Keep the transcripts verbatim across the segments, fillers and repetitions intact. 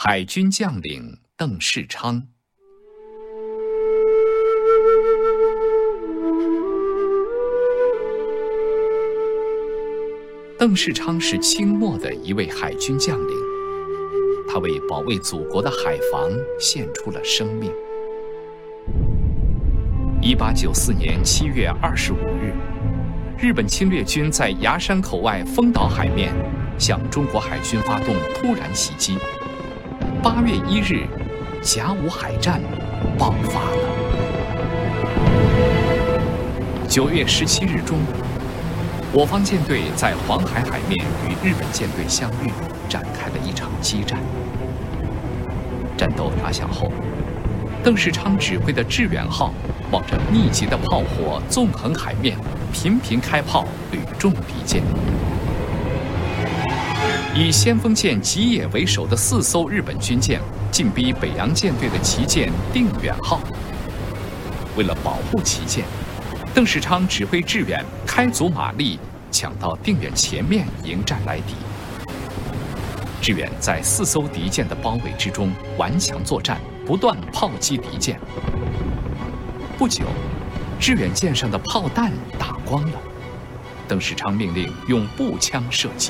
海军将领邓世昌。邓世昌是清末的一位海军将领，他为保卫祖国的海防献出了生命。一八九四年七月二十五日，日本侵略军在牙山口外丰岛海面向中国海军发动突然袭击。八月一日，甲午海战爆发了。九月十七日中，我方舰队在黄海海面与日本舰队相遇，展开了一场激战。战斗打响后，邓世昌指挥的致远号望着密集的炮火纵横海面，频频开炮，屡中敌舰。以先锋舰吉野为首的四艘日本军舰进逼北洋舰队的旗舰定远号。为了保护旗舰，邓世昌指挥致远开足马力抢到定远前面迎战来敌。致远在四艘敌舰的包围之中顽强作战，不断炮击敌舰。不久，致远舰上的炮弹打光了，邓世昌命令用步枪射击。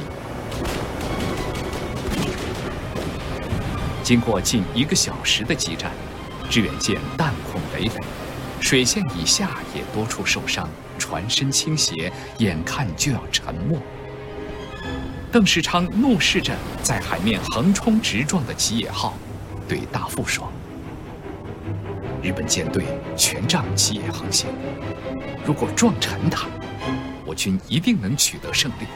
经过近一个小时的激战，致远舰弹孔累累，水线以下也多处受伤，船身倾斜，眼看就要沉没。邓世昌怒视着在海面横冲直撞的吉野号，对大副说：“日本舰队全仗吉野横行，如果撞沉它，我军一定能取得胜利。”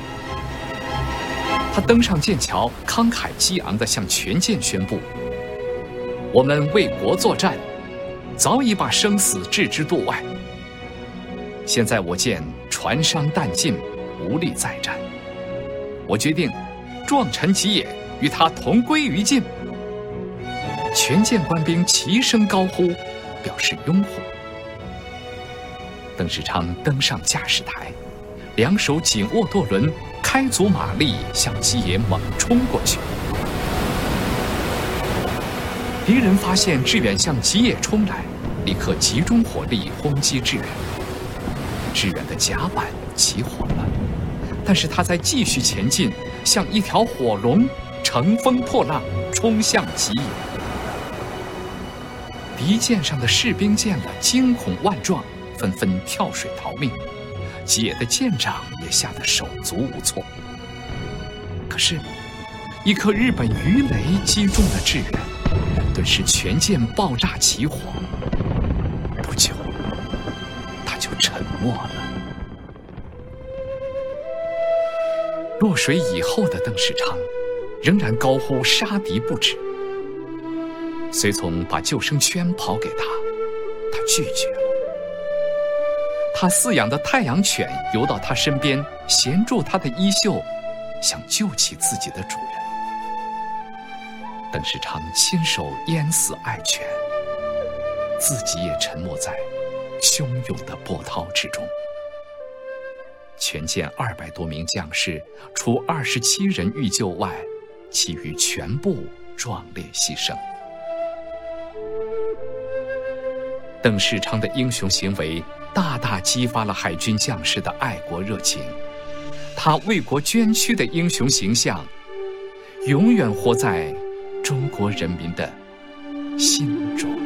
他登上舰桥，慷慨激昂地向全舰宣布：“我们为国作战，早已把生死置之度外。现在我舰船伤弹尽，无力再战。我决定撞沉吉野，与他同归于尽。”全舰官兵齐声高呼，表示拥护。邓世昌登上驾驶台，两手紧握舵轮，开足马力向吉野猛冲过去。敌人发现致远向吉野冲来，立刻集中火力轰击致远。致远的甲板起火了，但是他在继续前进，像一条火龙乘风破浪冲向吉野。敌舰上的士兵见了，惊恐万状，纷纷跳水逃命。吉野的舰长也吓得手足无措。可是，一颗日本鱼雷击中了致远，顿时全舰爆炸起火。不久，他就沉没了。落水以后的邓世昌，仍然高呼杀敌不止。随从把救生圈抛给他，他拒绝了。他饲养的太阳犬游到他身边，衔住他的衣袖，想救起自己的主人。邓世昌亲手淹死爱犬，自己也沉没在汹涌的波涛之中。全舰二百多名将士，除二十七人遇救外，其余全部壮烈牺牲。邓世昌的英雄行为大大激发了海军将士的爱国热情，他为国捐躯的英雄形象，永远活在中国人民的心中。